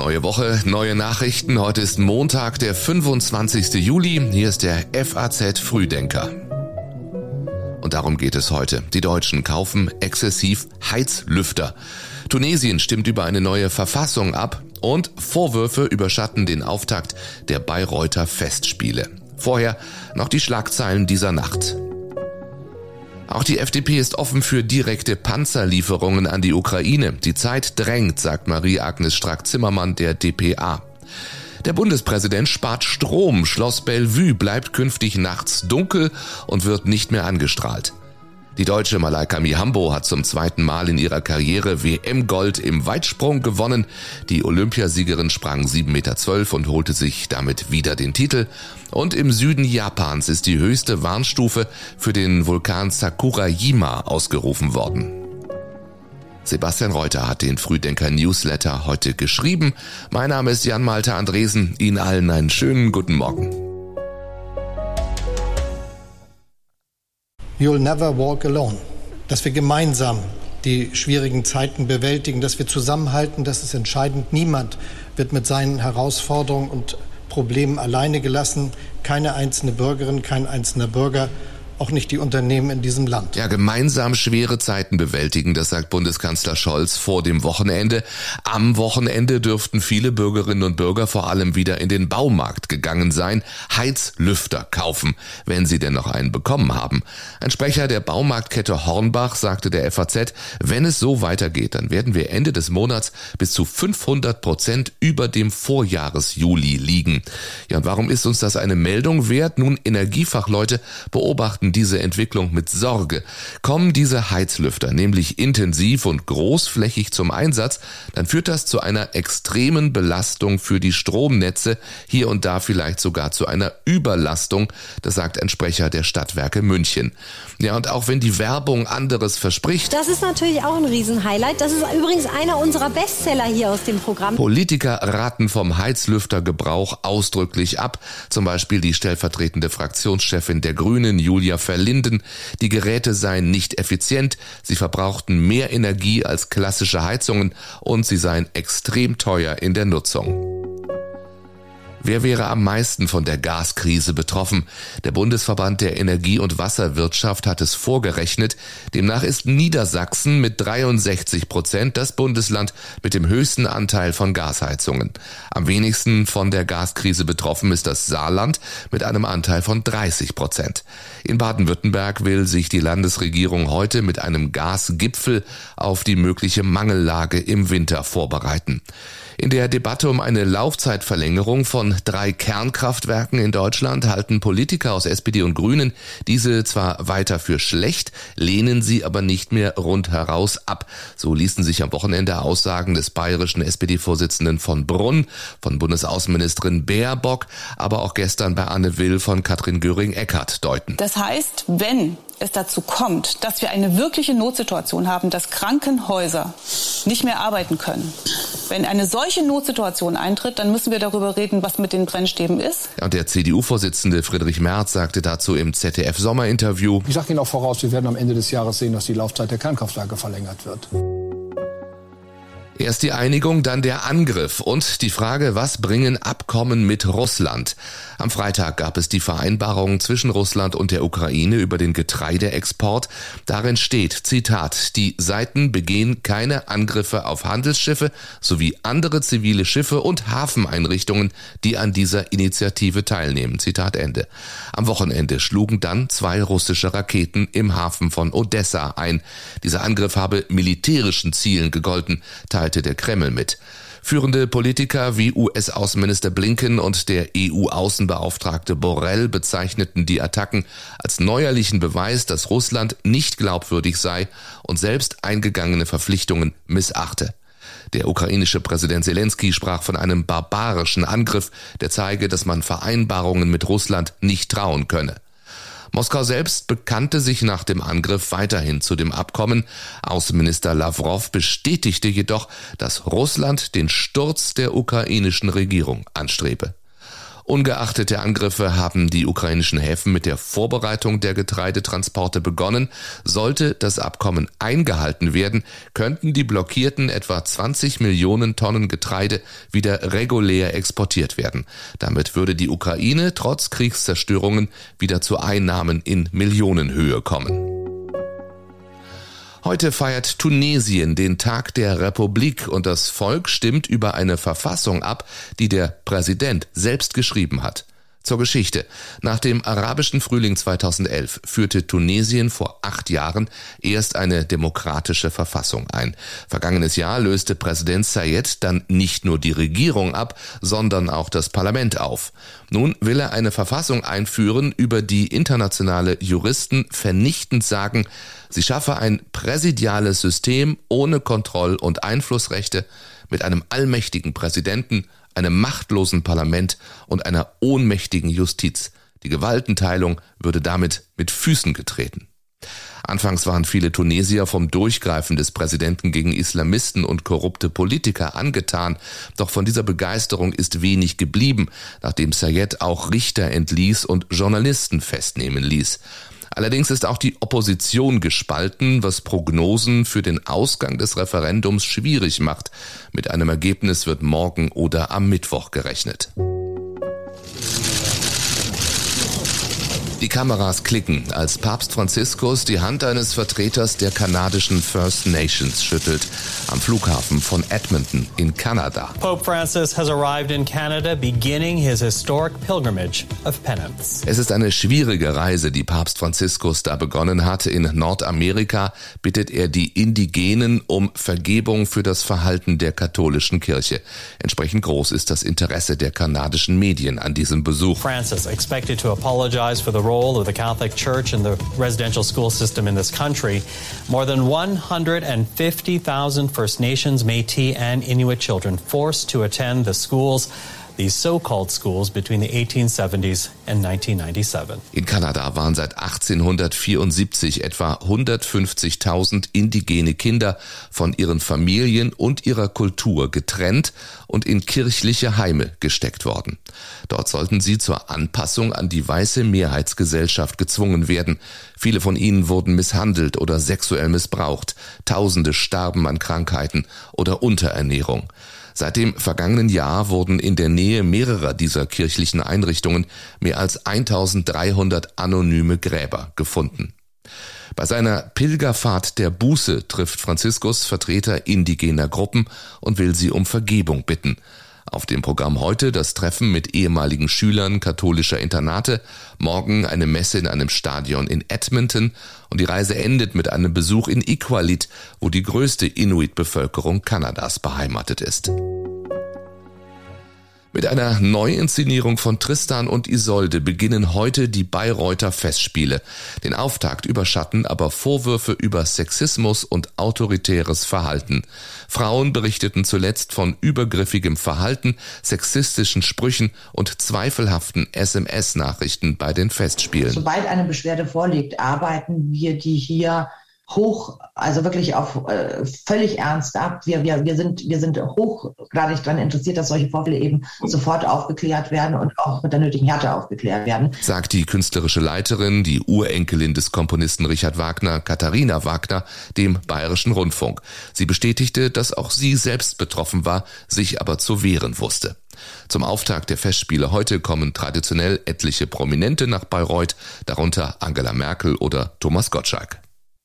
Neue Woche, neue Nachrichten. Heute ist Montag, der 25. Juli. Hier ist der FAZ Frühdenker. Und darum geht es heute. Die Deutschen kaufen exzessiv Heizlüfter. Tunesien stimmt über eine neue Verfassung ab und Vorwürfe überschatten den Auftakt der Bayreuther Festspiele. Vorher noch die Schlagzeilen dieser Nacht. Auch die FDP ist offen für direkte Panzerlieferungen an die Ukraine. Die Zeit drängt, sagt Marie-Agnes Strack-Zimmermann der dpa. Der Bundespräsident spart Strom. Schloss Bellevue bleibt künftig nachts dunkel und wird nicht mehr angestrahlt. Die Deutsche Malaika Mihambo hat zum zweiten Mal in ihrer Karriere WM-Gold im Weitsprung gewonnen. Die Olympiasiegerin sprang 7,12 Meter und holte sich damit wieder den Titel. Und im Süden Japans ist die höchste Warnstufe für den Vulkan Sakurajima ausgerufen worden. Sebastian Reuter hat den Frühdenker-Newsletter heute geschrieben. Mein Name ist Jan-Malte Andresen. Ihnen allen einen schönen guten Morgen. You'll never walk alone. Dass wir gemeinsam die schwierigen Zeiten bewältigen, dass wir zusammenhalten, das ist entscheidend. Niemand wird mit seinen Herausforderungen und Problemen alleine gelassen. Keine einzelne Bürgerin, kein einzelner Bürger, auch nicht die Unternehmen in diesem Land. Ja, gemeinsam schwere Zeiten bewältigen, das sagt Bundeskanzler Scholz vor dem Wochenende. Am Wochenende dürften viele Bürgerinnen und Bürger vor allem wieder in den Baumarkt gegangen sein, Heizlüfter kaufen, wenn sie denn noch einen bekommen haben. Ein Sprecher der Baumarktkette Hornbach sagte der FAZ, wenn es so weitergeht, dann werden wir Ende des Monats bis zu 500% über dem Vorjahresjuli liegen. Ja, und warum ist uns das eine Meldung wert? Nun, Energiefachleute beobachten diese Entwicklung mit Sorge. Kommen diese Heizlüfter nämlich intensiv und großflächig zum Einsatz, dann führt das zu einer extremen Belastung für die Stromnetze, hier und da vielleicht sogar zu einer Überlastung, das sagt ein Sprecher der Stadtwerke München. Ja, und auch wenn die Werbung anderes verspricht. Das ist natürlich auch ein Riesenhighlight. Das ist übrigens einer unserer Bestseller hier aus dem Programm. Politiker raten vom Heizlüftergebrauch ausdrücklich ab. Zum Beispiel die stellvertretende Fraktionschefin der Grünen, Julia Verlinden. Die Geräte seien nicht effizient, sie verbrauchten mehr Energie als klassische Heizungen und sie seien extrem teuer in der Nutzung. Wer wäre am meisten von der Gaskrise betroffen? Der Bundesverband der Energie- und Wasserwirtschaft hat es vorgerechnet. Demnach ist Niedersachsen mit 63% das Bundesland mit dem höchsten Anteil von Gasheizungen. Am wenigsten von der Gaskrise betroffen ist das Saarland mit einem Anteil von 30%. In Baden-Württemberg will sich die Landesregierung heute mit einem Gasgipfel auf die mögliche Mangellage im Winter vorbereiten. In der Debatte um eine Laufzeitverlängerung von 3 Kernkraftwerken in Deutschland halten Politiker aus SPD und Grünen diese zwar weiter für schlecht, lehnen sie aber nicht mehr rundheraus ab. So ließen sich am Wochenende Aussagen des bayerischen SPD-Vorsitzenden von Brunn, von Bundesaußenministerin Baerbock, aber auch gestern bei Anne Will von Katrin Göring-Eckardt deuten. Das heißt, wenn es dazu kommt, dass wir eine wirkliche Notsituation haben, dass Krankenhäuser nicht mehr arbeiten können. Wenn eine solche Notsituation eintritt, dann müssen wir darüber reden, was mit den Brennstäben ist. Und der CDU-Vorsitzende Friedrich Merz sagte dazu im ZDF-Sommerinterview: Ich sage Ihnen auch voraus, wir werden am Ende des Jahres sehen, dass die Laufzeit der Kernkraftwerke verlängert wird. Erst die Einigung, dann der Angriff und die Frage, was bringen Abkommen mit Russland? Am Freitag gab es die Vereinbarung zwischen Russland und der Ukraine über den Getreideexport. Darin steht, Zitat, die Seiten begehen keine Angriffe auf Handelsschiffe sowie andere zivile Schiffe und Hafeneinrichtungen, die an dieser Initiative teilnehmen. Zitat Ende. Am Wochenende schlugen dann 2 russische Raketen im Hafen von Odessa ein. Dieser Angriff habe militärischen Zielen gegolten, teilte der Kreml mit. Führende Politiker wie US-Außenminister Blinken und der EU-Außenbeauftragte Borrell bezeichneten die Attacken als neuerlichen Beweis, dass Russland nicht glaubwürdig sei und selbst eingegangene Verpflichtungen missachte. Der ukrainische Präsident Zelensky sprach von einem barbarischen Angriff, der zeige, dass man Vereinbarungen mit Russland nicht trauen könne. Moskau selbst bekannte sich nach dem Angriff weiterhin zu dem Abkommen. Außenminister Lawrow bestätigte jedoch, dass Russland den Sturz der ukrainischen Regierung anstrebe. Ungeachtet der Angriffe haben die ukrainischen Häfen mit der Vorbereitung der Getreidetransporte begonnen. Sollte das Abkommen eingehalten werden, könnten die blockierten etwa 20 Millionen Tonnen Getreide wieder regulär exportiert werden. Damit würde die Ukraine trotz Kriegszerstörungen wieder zu Einnahmen in Millionenhöhe kommen. Heute feiert Tunesien den Tag der Republik und das Volk stimmt über eine Verfassung ab, die der Präsident selbst geschrieben hat. Zur Geschichte. Nach dem arabischen Frühling 2011 führte Tunesien vor 8 Jahren erst eine demokratische Verfassung ein. Vergangenes Jahr löste Präsident Sayed dann nicht nur die Regierung ab, sondern auch das Parlament auf. Nun will er eine Verfassung einführen, über die internationale Juristen vernichtend sagen, sie schaffe ein präsidiales System ohne Kontroll- und Einflussrechte mit einem allmächtigen Präsidenten, einem machtlosen Parlament und einer ohnmächtigen Justiz. Die Gewaltenteilung würde damit mit Füßen getreten. Anfangs waren viele Tunesier vom Durchgreifen des Präsidenten gegen Islamisten und korrupte Politiker angetan, doch von dieser Begeisterung ist wenig geblieben, nachdem Sayed auch Richter entließ und Journalisten festnehmen ließ. Allerdings ist auch die Opposition gespalten, was Prognosen für den Ausgang des Referendums schwierig macht. Mit einem Ergebnis wird morgen oder am Mittwoch gerechnet. Die Kameras klicken, als Papst Franziskus die Hand eines Vertreters der kanadischen First Nations schüttelt, am Flughafen von Edmonton in Kanada. Pope Francis has arrived in Canada, beginning his historic pilgrimage of penance. Es ist eine schwierige Reise, die Papst Franziskus da begonnen hat. In Nordamerika bittet er die Indigenen um Vergebung für das Verhalten der katholischen Kirche. Entsprechend groß ist das Interesse der kanadischen Medien an diesem Besuch. Francis expected to apologize for the role of the Catholic Church in the residential school system in this country. More than 150,000 First Nations, Métis and Inuit children forced to attend the schools, these so-called schools, between the 1870s and 1997. In Kanada waren seit 1874 etwa 150.000 indigene Kinder von ihren Familien und ihrer Kultur getrennt und in kirchliche Heime gesteckt worden. Dort sollten sie zur Anpassung an die weiße Mehrheitsgesellschaft gezwungen werden. Viele von ihnen wurden misshandelt oder sexuell missbraucht. Tausende starben an Krankheiten oder Unterernährung. Seit dem vergangenen Jahr wurden in der Nähe mehrerer dieser kirchlichen Einrichtungen mehr als 1300 anonyme Gräber gefunden. Bei seiner Pilgerfahrt der Buße trifft Franziskus Vertreter indigener Gruppen und will sie um Vergebung bitten. Auf dem Programm heute das Treffen mit ehemaligen Schülern katholischer Internate, morgen eine Messe in einem Stadion in Edmonton und die Reise endet mit einem Besuch in Iqaluit, wo die größte Inuit-Bevölkerung Kanadas beheimatet ist. Mit einer Neuinszenierung von Tristan und Isolde beginnen heute die Bayreuther Festspiele. Den Auftakt überschatten aber Vorwürfe über Sexismus und autoritäres Verhalten. Frauen berichteten zuletzt von übergriffigem Verhalten, sexistischen Sprüchen und zweifelhaften SMS-Nachrichten bei den Festspielen. Sobald eine Beschwerde vorliegt, arbeiten wir die hier hoch, also wirklich auf völlig ernst ab. Wir sind hochgradig daran interessiert, dass solche Vorfälle eben sofort aufgeklärt werden und auch mit der nötigen Härte aufgeklärt werden. Sagt die künstlerische Leiterin, die Urenkelin des Komponisten Richard Wagner, Katharina Wagner, dem Bayerischen Rundfunk. Sie bestätigte, dass auch sie selbst betroffen war, sich aber zu wehren wusste. Zum Auftakt der Festspiele heute kommen traditionell etliche Prominente nach Bayreuth, darunter Angela Merkel oder Thomas Gottschalk.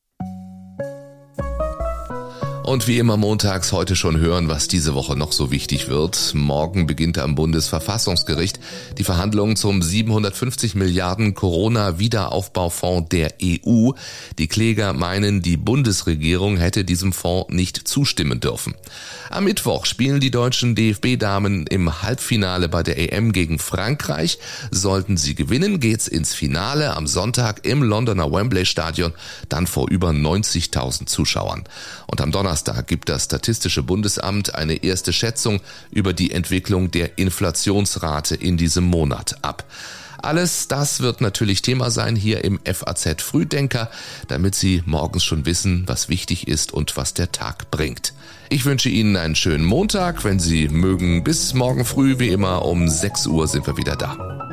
Und wie immer montags heute schon hören, was diese Woche noch so wichtig wird. Morgen beginnt am Bundesverfassungsgericht die Verhandlungen zum 750 Milliarden Corona-Wiederaufbaufonds der EU. Die Kläger meinen, die Bundesregierung hätte diesem Fonds nicht zustimmen dürfen. Am Mittwoch spielen die deutschen DFB-Damen im Halbfinale bei der EM gegen Frankreich. Sollten sie gewinnen, geht's ins Finale am Sonntag im Londoner Wembley-Stadion, dann vor über 90.000 Zuschauern. Und am Donnerstag gibt das Statistische Bundesamt eine erste Schätzung über die Entwicklung der Inflationsrate in diesem Monat ab. Alles das wird natürlich Thema sein hier im FAZ Frühdenker, damit Sie morgens schon wissen, was wichtig ist und was der Tag bringt. Ich wünsche Ihnen einen schönen Montag, wenn Sie mögen. Bis morgen früh, wie immer, um 6 Uhr sind wir wieder da.